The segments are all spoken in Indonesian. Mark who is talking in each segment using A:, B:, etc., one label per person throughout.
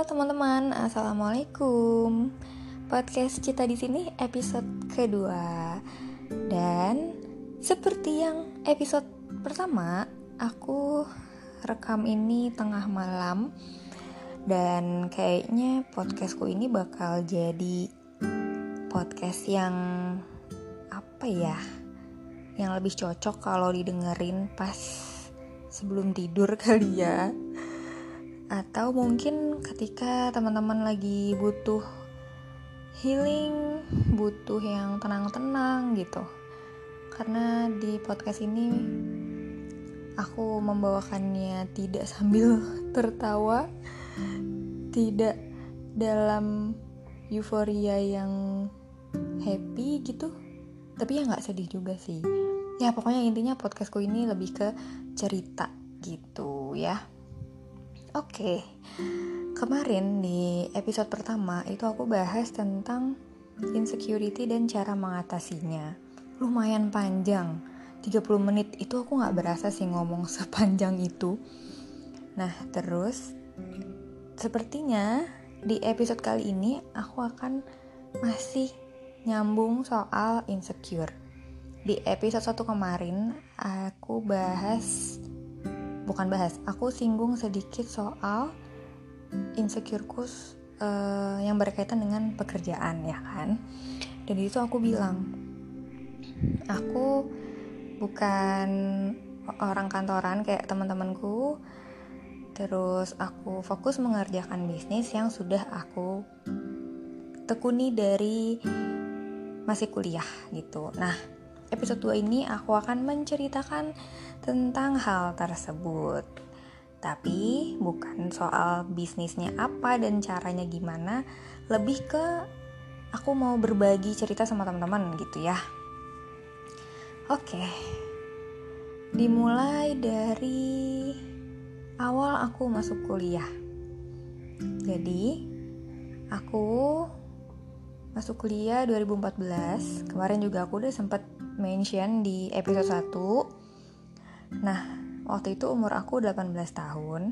A: teman-teman, assalamualaikum. Podcast Cita di sini episode kedua. Dan seperti yang episode pertama, aku rekam ini tengah malam. Dan kayaknya podcastku ini bakal jadi podcast yang yang lebih cocok kalau didengerin pas sebelum tidur kali ya. Atau mungkin ketika teman-teman lagi butuh healing, butuh yang tenang-tenang gitu. Karena di podcast ini aku membawakannya tidak sambil tertawa, tidak dalam euforia yang happy gitu, tapi ya gak sedih juga sih. Ya pokoknya intinya podcastku ini lebih ke cerita gitu ya. Oke, kemarin di episode pertama itu aku bahas tentang insecurity dan cara mengatasinya. Lumayan panjang, 30 menit itu aku gak berasa sih ngomong sepanjang itu. Nah terus, sepertinya di episode kali ini aku akan masih nyambung soal insecure. Di episode 1 kemarin aku aku singgung sedikit soal insecureku yang berkaitan dengan pekerjaan ya kan. Dan itu aku bilang, aku bukan orang kantoran kayak teman-temanku. Terus aku fokus mengerjakan bisnis yang sudah aku tekuni dari masih kuliah gitu. Nah, episode 2 ini aku akan menceritakan tentang hal tersebut. Tapi bukan soal bisnisnya apa dan caranya gimana, lebih ke aku mau berbagi cerita sama teman-teman gitu ya. Oke. Dimulai dari awal aku masuk kuliah. Jadi, aku masuk kuliah 2014. Kemarin juga aku udah sempat mention di episode 1. Nah, waktu itu umur aku 18 tahun.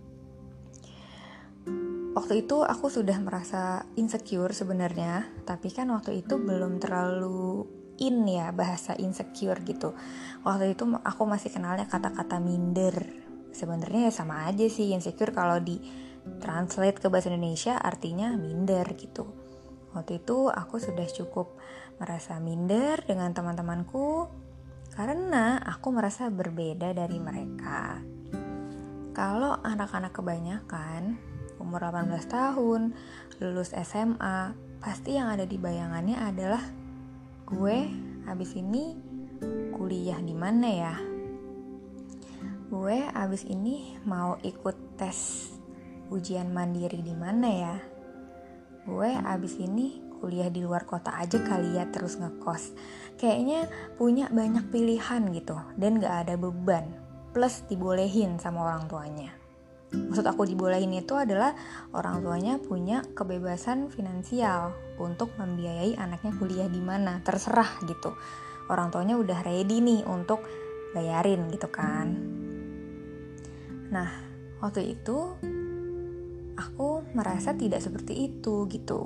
A: Waktu itu aku sudah merasa insecure sebenarnya, tapi kan waktu itu belum terlalu in ya bahasa insecure gitu. Waktu itu aku masih kenalnya kata-kata minder. Sebenarnya ya sama aja sih, insecure kalau di translate ke bahasa Indonesia artinya minder gitu. Waktu itu aku sudah cukup merasa minder dengan teman-temanku karena aku merasa berbeda dari mereka. Kalau anak-anak kebanyakan umur 18 tahun, lulus SMA, pasti yang ada di bayangannya adalah gue abis ini kuliah di mana ya? Gue abis ini mau ikut tes ujian mandiri di mana ya? Gue abis ini kuliah di luar kota aja kali ya, terus ngekos. Kayaknya punya banyak pilihan gitu dan gak ada beban, plus dibolehin sama orang tuanya. Maksud aku dibolehin itu adalah orang tuanya punya kebebasan finansial untuk membiayai anaknya kuliah di mana, terserah gitu. Orang tuanya udah ready nih untuk bayarin gitu kan. Nah, waktu itu aku merasa tidak seperti itu gitu.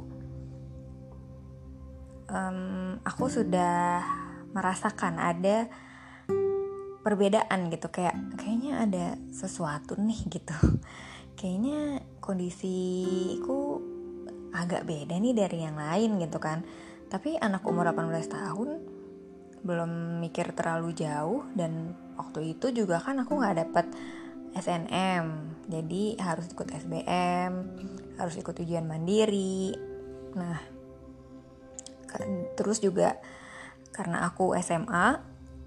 A: Aku sudah merasakan ada perbedaan gitu, kayaknya ada sesuatu nih gitu. Kayaknya kondisiku agak beda nih dari yang lain gitu kan. Tapi anak umur 18 tahun belum mikir terlalu jauh, dan waktu itu juga kan aku gak dapet SNM, jadi harus ikut SBM, harus ikut ujian mandiri. Nah, terus juga karena aku SMA,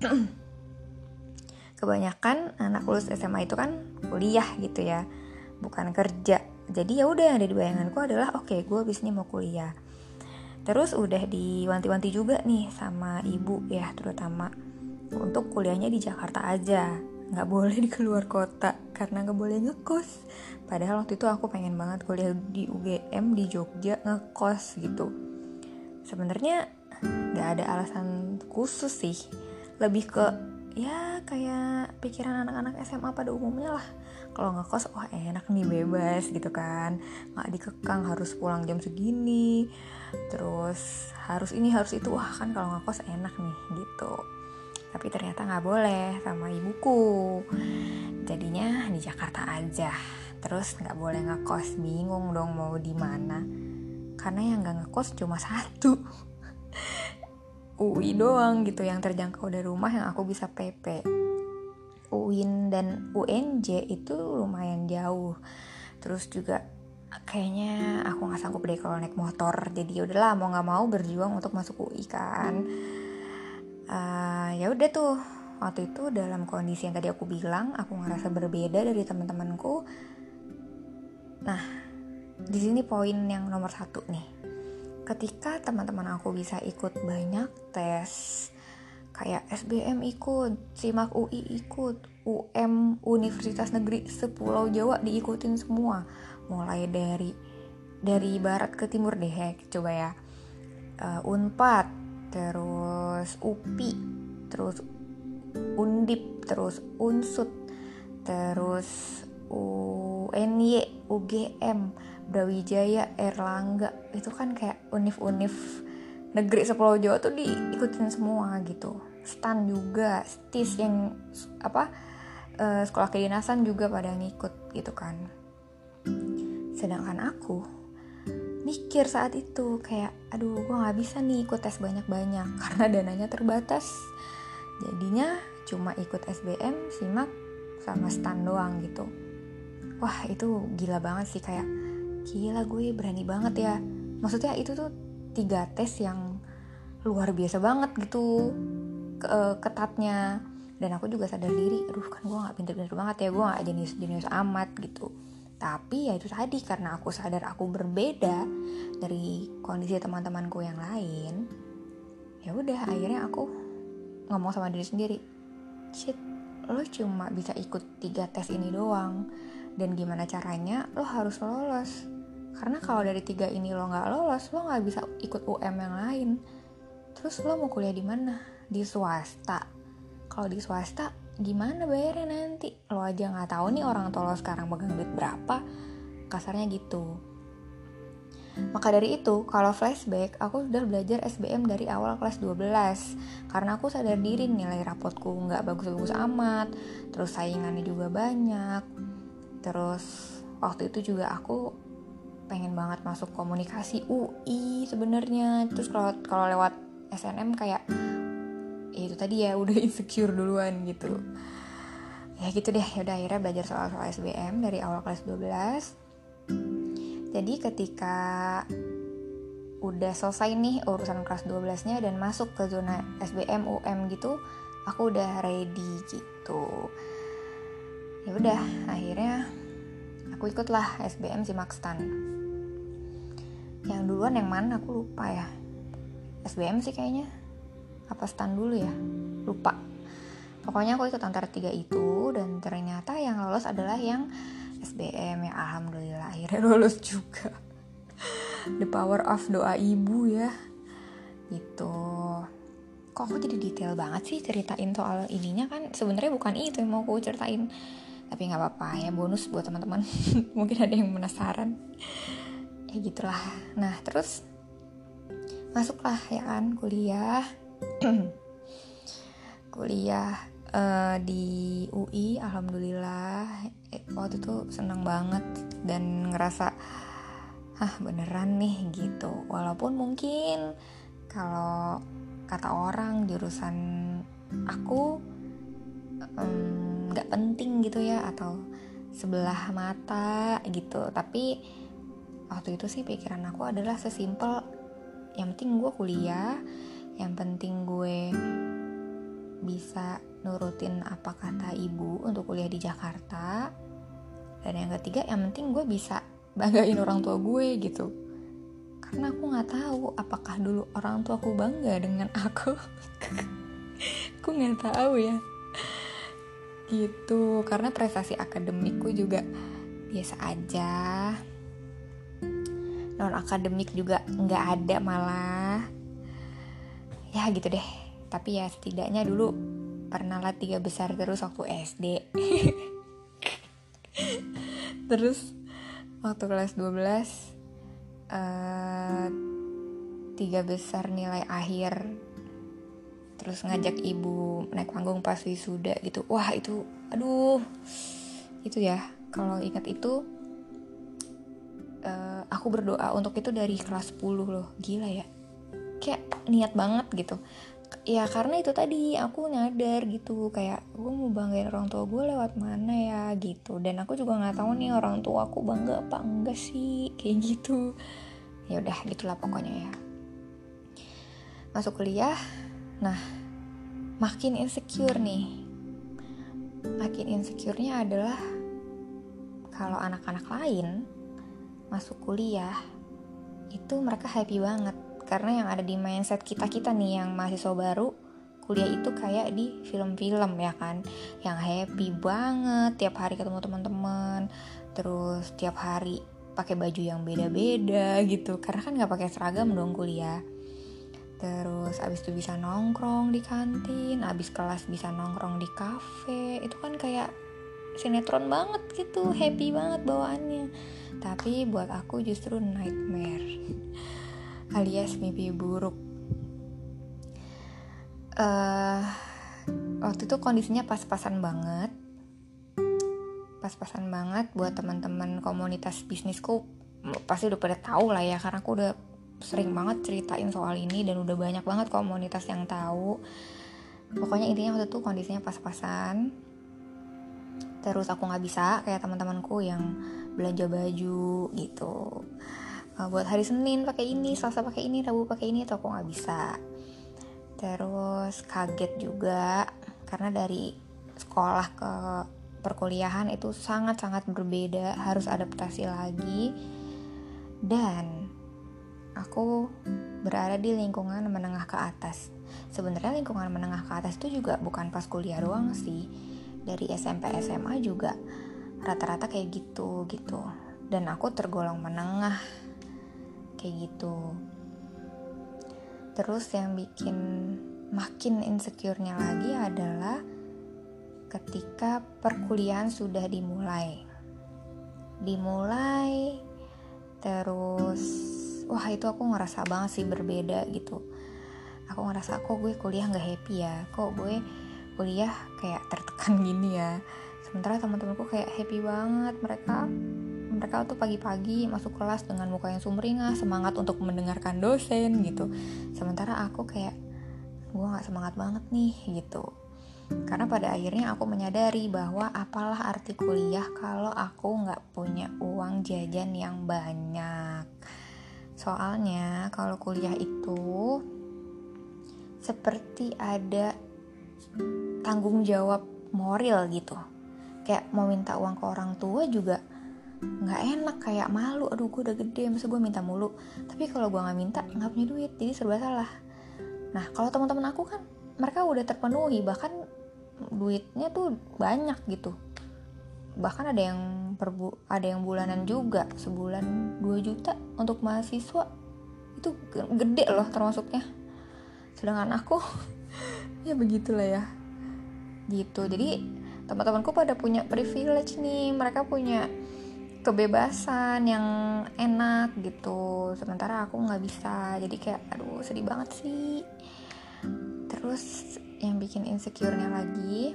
A: kebanyakan anak lulus SMA itu kan kuliah gitu ya, bukan kerja. Jadi ya udah yang ada di bayanganku adalah oke, gue abis ini mau kuliah. Terus udah diwanti-wanti juga nih sama ibu ya, terutama untuk kuliahnya di Jakarta aja, nggak boleh di keluar kota karena nggak boleh ngekos. Padahal waktu itu aku pengen banget kuliah di UGM di Jogja ngekos gitu. Sebenarnya nggak ada alasan khusus sih, lebih ke ya kayak pikiran anak-anak SMA pada umumnya lah. Kalau ngekos, wah enak nih, bebas gitu kan, nggak dikekang harus pulang jam segini, terus harus ini harus itu. Wah kan kalau ngekos enak nih gitu. Tapi ternyata nggak boleh sama ibuku. Jadinya di Jakarta aja. Terus nggak boleh ngekos, bingung dong mau di mana. Karena yang nggak ngekos cuma satu, UI doang gitu yang terjangkau dari rumah yang aku bisa PP. UIN dan UNJ itu lumayan jauh. Terus juga kayaknya aku nggak sanggup deh kalau naik motor. Jadi yaudahlah, mau nggak mau berjuang untuk masuk UI kan. Ya udah tuh, waktu itu dalam kondisi yang tadi aku bilang, aku ngerasa berbeda dari teman-temanku. Nah, di sini poin yang nomor 1 nih. Ketika teman-teman aku bisa ikut banyak tes, kayak SBM ikut, SIMAK UI ikut, UM Universitas Negeri Sepulau Jawa diikutin semua, mulai dari barat ke timur deh ya, coba ya. Unpad, terus UPI, terus Undip, terus Unsut, terus UNY, UGM, Brawijaya, Erlangga. Itu kan kayak univ-univ negeri Sepulau Jawa tuh diikutin semua gitu. STAN juga, STIS yang sekolah kedinasan juga pada ngikut gitu kan. Sedangkan aku mikir saat itu kayak, aduh gue gak bisa nih ikut tes banyak-banyak karena dananya terbatas. Jadinya cuma ikut SBM, SIMAK, sama STAN doang gitu. Wah itu gila banget sih, kayak gila gue berani banget ya. Maksudnya itu tuh 3 tes yang luar biasa banget gitu ketatnya. Dan aku juga sadar diri, aduh kan gue gak pinter-pinter banget ya, gue gak jenius-jenius amat gitu. Tapi ya itu tadi, karena aku sadar aku berbeda dari kondisi teman-temanku yang lain, ya udah akhirnya aku ngomong sama diri sendiri, shit, lo cuma bisa ikut 3 tes ini doang, dan gimana caranya lo harus lolos. Karena kalau dari 3 ini lo gak lolos, lo gak bisa ikut UM yang lain. Terus lo mau kuliah di mana? Di swasta. Kalau di swasta gimana bayarnya nanti? Lo aja gak tahu nih orang tua lo sekarang pegang duit berapa, kasarnya gitu. Maka dari itu, kalau flashback, aku sudah belajar SBM dari awal kelas 12. Karena aku sadar diri nilai rapotku gak bagus-bagus amat, terus saingannya juga banyak. Terus waktu itu juga aku pengen banget masuk komunikasi UI sebenarnya. Terus kalau lewat SNM kayak ya itu tadi ya, udah insecure duluan gitu. Ya gitu deh, yaudah akhirnya belajar soal SBM dari awal kelas 12. Jadi ketika udah selesai nih urusan kelas 12-nya dan masuk ke zona SBM UM gitu, aku udah ready gitu. Ya udah, akhirnya aku ikutlah SBM SIMAK STAN. Yang duluan yang mana aku lupa ya. SBM sih kayaknya. Apa STAN dulu ya? Lupa. Pokoknya aku ikut antara 3 itu, dan ternyata yang lolos adalah yang SBM. Ya alhamdulillah akhirnya lolos juga. The power of doa ibu ya. Gitu. Kok aku jadi detail banget sih ceritain soal ininya, kan sebenarnya bukan itu yang mau aku ceritain. Tapi gak apa-apa ya, bonus buat teman-teman. Mungkin ada yang penasaran. Ya gitulah. Nah terus masuklah ya kan kuliah. Kuliah di UI, alhamdulillah. Waktu itu senang banget dan ngerasa beneran nih gitu. Walaupun mungkin kalau kata orang jurusan aku gak penting gitu ya, atau sebelah mata gitu. Tapi waktu itu sih pikiran aku adalah sesimpel, yang penting gue kuliah, yang penting gue bisa nurutin apa kata ibu untuk kuliah di Jakarta, dan yang ketiga yang penting gue bisa banggain orang tua gue gitu. Karena aku nggak tahu apakah dulu orang tua aku bangga dengan aku. Aku nggak tahu ya gitu, karena prestasi akademikku juga biasa aja, non akademik juga nggak ada malah, ya gitu deh. Tapi ya setidaknya dulu pernah lah 3 besar terus waktu SD. Terus waktu kelas 12 3 besar nilai akhir, terus ngajak ibu naik panggung pas wisuda gitu. Wah itu, aduh, itu ya, kalau ingat itu aku berdoa untuk itu dari kelas 10 loh. Gila ya, kayak niat banget gitu ya, karena itu tadi aku nyadar gitu, kayak gue mau banggain orang tua gue lewat mana ya gitu. Dan aku juga nggak tahu nih orang tua aku bangga apa enggak sih, kayak gitu. Ya udah gitulah pokoknya ya. Masuk kuliah, nah makin insecure nih. Makin insecure-nya adalah kalau anak-anak lain masuk kuliah itu mereka happy banget, karena yang ada di mindset kita nih yang mahasiswa baru, kuliah itu kayak di film-film ya kan, yang happy banget, tiap hari ketemu teman-teman, terus tiap hari pakai baju yang beda-beda gitu, karena kan nggak pakai seragam dong kuliah. Terus abis itu bisa nongkrong di kantin, abis kelas bisa nongkrong di kafe, itu kan kayak sinetron banget gitu, happy banget bawaannya. Tapi buat aku justru nightmare, alias mimpi buruk. Waktu itu kondisinya pas-pasan banget buat teman-teman komunitas bisnisku. Pasti udah pada tahu lah ya, karena aku udah sering banget ceritain soal ini dan udah banyak banget komunitas yang tahu. Pokoknya intinya waktu itu kondisinya pas-pasan. Terus aku nggak bisa kayak teman-temanku yang belanja baju gitu. Buat hari Senin pakai ini, Selasa pakai ini, Rabu pakai ini, itu aku nggak bisa. Terus kaget juga karena dari sekolah ke perkuliahan itu sangat-sangat berbeda, harus adaptasi lagi. Dan aku berada di lingkungan menengah ke atas. Sebenarnya lingkungan menengah ke atas itu juga bukan pas kuliah doang sih. Dari SMP SMA juga rata-rata kayak gitu. Dan aku tergolong menengah kayak gitu. Terus yang bikin makin insecure-nya lagi adalah ketika perkuliahan sudah dimulai. Terus wah itu aku ngerasa banget sih berbeda gitu. Aku ngerasa kok gue kuliah gak happy ya, kok gue kuliah kayak tertekan gini ya. Sementara teman-temanku kayak happy banget, mereka tuh pagi-pagi masuk kelas dengan muka yang sumringah, semangat untuk mendengarkan dosen gitu. Sementara aku kayak gue gak semangat banget nih gitu. Karena pada akhirnya aku menyadari bahwa apalah arti kuliah kalau aku gak punya uang jajan yang banyak. Soalnya kalau kuliah itu seperti ada tanggung jawab moral gitu. Kayak mau minta uang ke orang tua juga gak enak, kayak malu, aduh gue udah gede masa gue minta mulu. Tapi kalau gue gak minta, gak punya duit, jadi serba salah. Nah kalau teman-teman aku kan mereka udah terpenuhi, bahkan duitnya tuh banyak gitu. Bahkan ada yang bulanan juga, sebulan 2 juta untuk mahasiswa. Itu gede loh termasuknya. Sedangkan aku ya begitulah ya gitu. Jadi teman-temanku pada punya privilege nih, mereka punya kebebasan yang enak gitu, sementara aku nggak bisa. Jadi kayak aduh sedih banget sih. Terus yang bikin insecure-nya lagi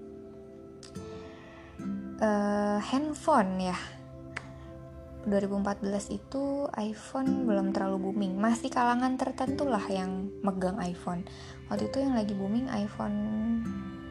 A: handphone ya. 2014 itu iPhone belum terlalu booming, masih kalangan tertentu lah yang megang iPhone. Waktu itu yang lagi booming iPhone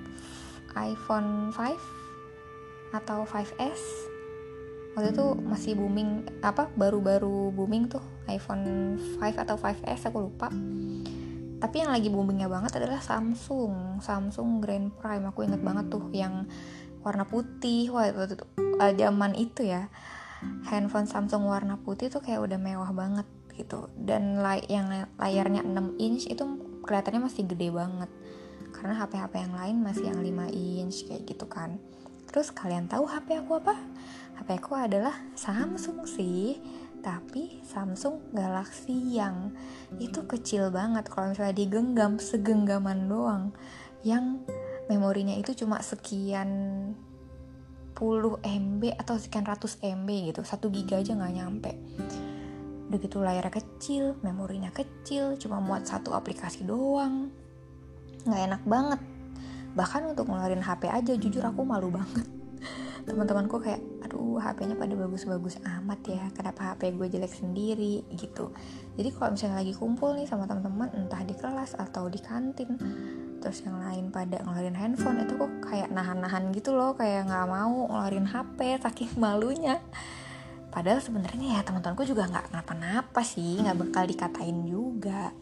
A: 5 atau 5S. Waktu itu masih booming, baru-baru booming tuh iPhone 5 atau 5S, aku lupa. Tapi yang lagi boomingnya banget adalah Samsung Grand Prime. Aku inget banget tuh yang warna putih. Wah itu zaman itu ya, handphone Samsung warna putih tuh kayak udah mewah banget gitu. Dan yang layarnya 6 inch itu kelihatannya masih gede banget, karena HP-HP yang lain masih yang 5 inch kayak gitu kan. Terus kalian tahu HP aku apa? HP aku adalah Samsung sih, tapi Samsung Galaxy yang itu kecil banget. Kalau misalnya digenggam segenggaman doang, yang memorinya itu cuma sekian puluh MB atau sekian ratus MB gitu, 1 giga aja gak nyampe. Udah gitu layarnya kecil, memorinya kecil, cuma muat 1 aplikasi doang. Gak enak banget. Bahkan untuk ngeluarin HP aja jujur aku malu banget. Teman-temanku kayak, aduh HP-nya pada bagus-bagus amat ya, kenapa HP gue jelek sendiri gitu. Jadi kalau misalnya lagi kumpul nih sama teman-teman, entah di kelas atau di kantin, terus yang lain pada ngeluarin handphone, itu kok kayak nahan-nahan gitu loh, kayak nggak mau ngeluarin HP saking malunya. Padahal sebenarnya ya teman-temanku juga nggak kenapa-napa sih, nggak bakal dikatain juga.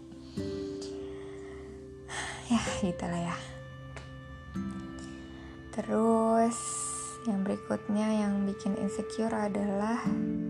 A: Ya gitulah ya. Terus yang berikutnya yang bikin insecure adalah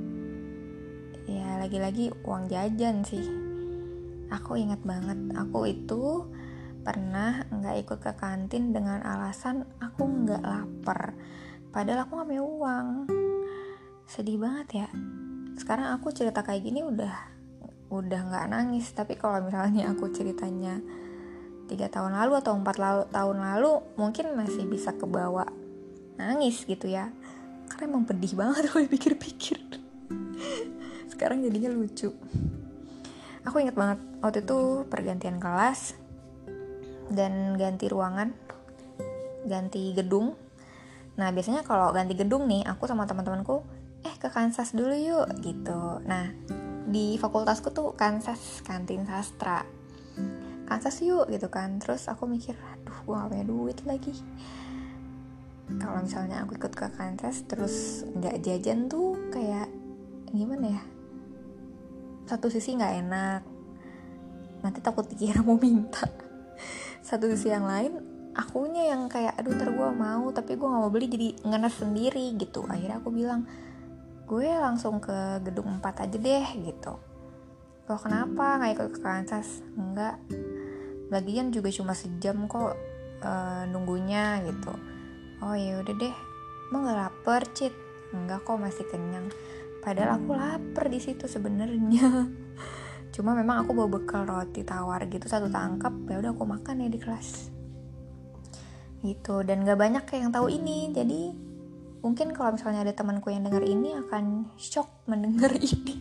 A: ya lagi-lagi uang jajan sih. Aku ingat banget, aku itu pernah gak ikut ke kantin dengan alasan aku gak lapar, padahal aku gak punya uang. Sedih banget ya. Sekarang aku cerita kayak gini udah gak nangis, tapi kalau misalnya aku ceritanya 3 tahun lalu atau 4 tahun lalu mungkin masih bisa kebawa nangis gitu ya, karena emang pedih banget kalau dipikir-pikir. Sekarang jadinya lucu. Aku ingat banget waktu itu pergantian kelas dan ganti ruangan, ganti gedung. Nah biasanya kalau ganti gedung nih, aku sama teman-temanku ke Kansas dulu yuk gitu. Nah di fakultasku tuh Kansas, kantin sastra. Kansas yuk gitu kan. Terus aku mikir, aduh gue gak punya duit lagi. Kalau misalnya aku ikut ke Kansas terus gak jajan tuh kayak gimana ya, satu sisi gak enak, nanti takut dikira mau minta. Satu sisi yang lain, akunya yang kayak aduh ntar gue mau tapi gue gak mau beli, jadi ngenes sendiri gitu. Akhirnya aku bilang, gue langsung ke gedung 4 aja deh gitu. Loh kenapa gak ikut ke Kansas? Enggak, lagian juga cuma sejam kok nunggunya gitu. Oh ya udah deh, emang gak lapar Cit? Enggak kok, masih kenyang. Padahal aku lapar di situ sebenarnya. Cuma memang aku bawa bekal roti tawar gitu 1 tangkap, ya udah aku makan ya di kelas. Gitu, dan gak banyak yang tahu ini. Jadi mungkin kalau misalnya ada temanku yang dengar ini akan shock mendengar ini.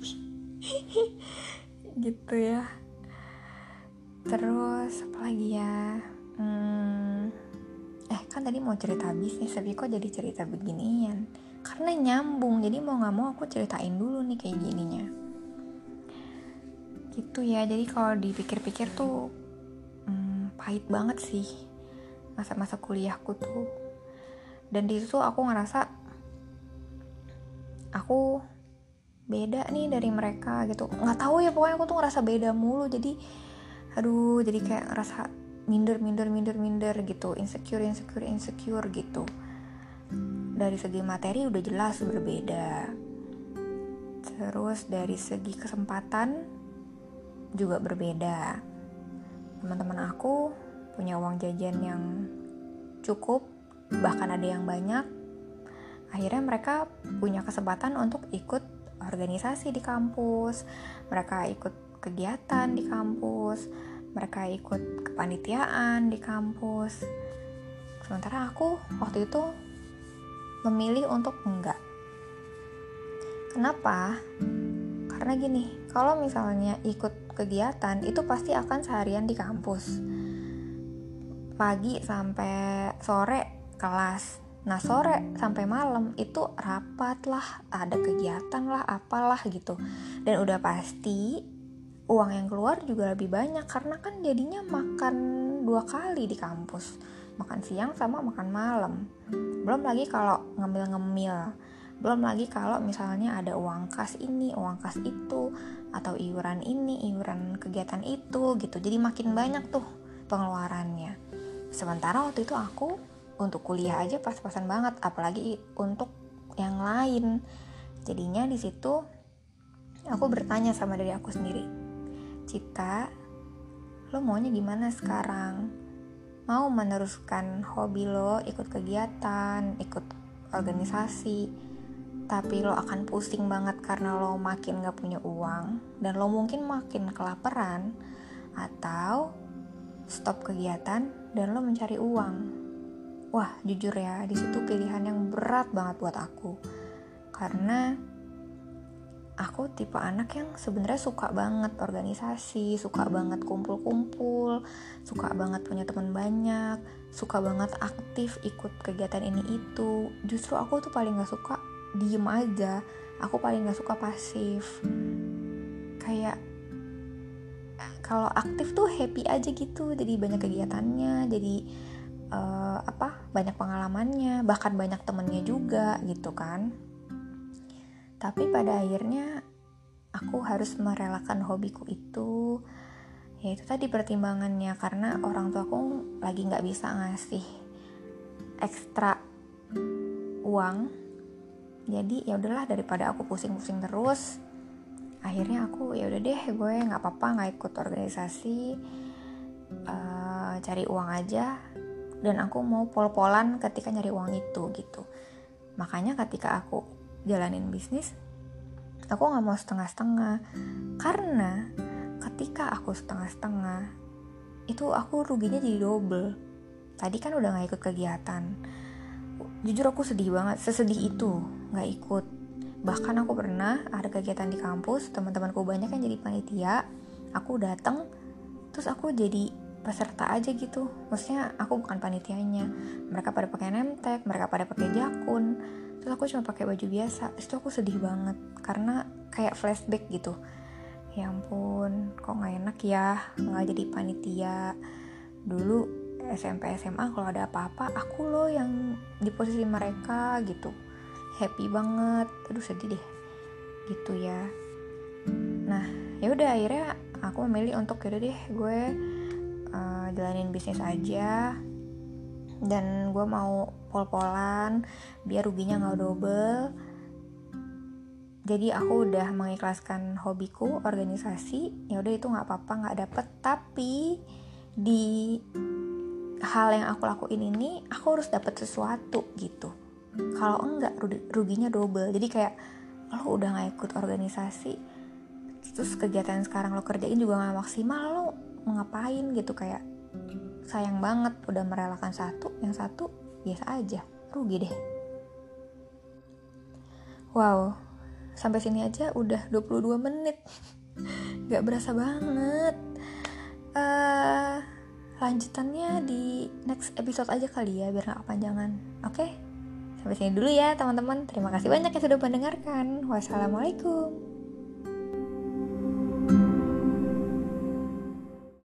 A: Gitu ya. Terus apa lagi ya? Kan tadi mau cerita bisnis, tapi kok jadi cerita beginian? Karena nyambung, jadi mau gak mau aku ceritain dulu nih kayak gininya. Gitu ya, jadi kalau dipikir-pikir tuh pahit banget sih masa-masa kuliahku tuh. Dan di situ aku ngerasa aku beda nih dari mereka gitu. Nggak tahu ya, pokoknya aku tuh ngerasa beda mulu. Jadi jadi kayak ngerasa minder gitu, insecure gitu. Dari segi materi udah jelas berbeda, terus dari segi kesempatan juga berbeda. Teman-teman aku punya uang jajan yang cukup, bahkan ada yang banyak. Akhirnya mereka punya kesempatan untuk ikut organisasi di kampus, mereka ikut kegiatan di kampus, mereka ikut kepanitiaan di kampus. Sementara aku waktu itu memilih untuk enggak. Kenapa? Karena gini, kalau misalnya ikut kegiatan itu pasti akan seharian di kampus, pagi sampai sore kelas. Nah sore sampai malam itu rapat lah, ada kegiatan lah, apalah gitu. Dan udah pasti uang yang keluar juga lebih banyak, karena kan jadinya makan 2 kali di kampus, makan siang sama makan malam. Belum lagi kalau ngemil-ngemil, belum lagi kalau misalnya ada uang kas ini, uang kas itu, atau iuran ini, iuran kegiatan itu gitu. Jadi makin banyak tuh pengeluarannya. Sementara waktu itu aku untuk kuliah aja pas-pasan banget, apalagi untuk yang lain. Jadinya di situ aku bertanya sama diri aku sendiri, Cita, lo maunya gimana sekarang? Mau meneruskan hobi lo, ikut kegiatan, ikut organisasi, tapi lo akan pusing banget karena lo makin gak punya uang, dan lo mungkin makin kelaparan, atau stop kegiatan dan lo mencari uang. wah jujur ya, di situ pilihan yang berat banget buat aku. Karena aku tipe anak yang sebenarnya suka banget organisasi, suka banget kumpul-kumpul, suka banget punya teman banyak, suka banget aktif ikut kegiatan ini itu. Justru aku tuh paling gak suka diem aja, aku paling gak suka pasif. Kayak kalau aktif tuh happy aja gitu, jadi banyak kegiatannya, jadi banyak pengalamannya, bahkan banyak temennya juga gitu kan. Tapi pada akhirnya aku harus merelakan hobiku itu. Ya itu tadi pertimbangannya, karena orang tua aku lagi gak bisa ngasih ekstra uang. Jadi ya udahlah, daripada aku pusing-pusing terus, akhirnya aku ya udah deh, gue nggak apa-apa nggak ikut organisasi, cari uang aja, dan aku mau pol-polan ketika nyari uang itu gitu. Makanya ketika aku jalanin bisnis, aku nggak mau setengah-setengah, karena ketika aku setengah-setengah itu aku ruginya jadi double. Tadi kan udah nggak ikut kegiatan, jujur aku sedih banget, sesedih itu nggak ikut. Bahkan aku pernah ada kegiatan di kampus, teman-temanku banyak yang jadi panitia, aku datang, terus aku jadi peserta aja gitu. Maksudnya aku bukan panitianya. Mereka pada pakai name tag, mereka pada pakai jakun, terus aku cuma pakai baju biasa. Terus aku sedih banget karena kayak flashback gitu. Ya ampun, kok nggak enak ya nggak jadi panitia. Dulu SMP SMA kalau ada apa-apa aku loh yang di posisi mereka gitu. Happy banget, aduh sedih deh gitu ya. Nah ya udah, akhirnya aku memilih untuk yaudah deh gue jalanin bisnis aja, dan gue mau pol-polan biar ruginya nggak double. Jadi aku udah mengikhlaskan hobiku organisasi. Ya udah itu nggak apa-apa nggak dapet, tapi di hal yang aku lakuin ini aku harus dapet sesuatu gitu. Kalau enggak ruginya double. Jadi kayak lo udah gak ikut organisasi, terus kegiatan sekarang lo kerjain juga gak maksimal, lo mau ngapain gitu. Kayak sayang banget udah merelakan satu, yang satu biasa aja, rugi deh. Wow, sampai sini aja udah 22 menit. Gak berasa banget. Lanjutannya di next episode aja kali ya, biar gak kepanjangan. Oke? Sampai sini dulu ya teman-teman. Terima kasih banyak yang sudah mendengarkan. Wassalamualaikum.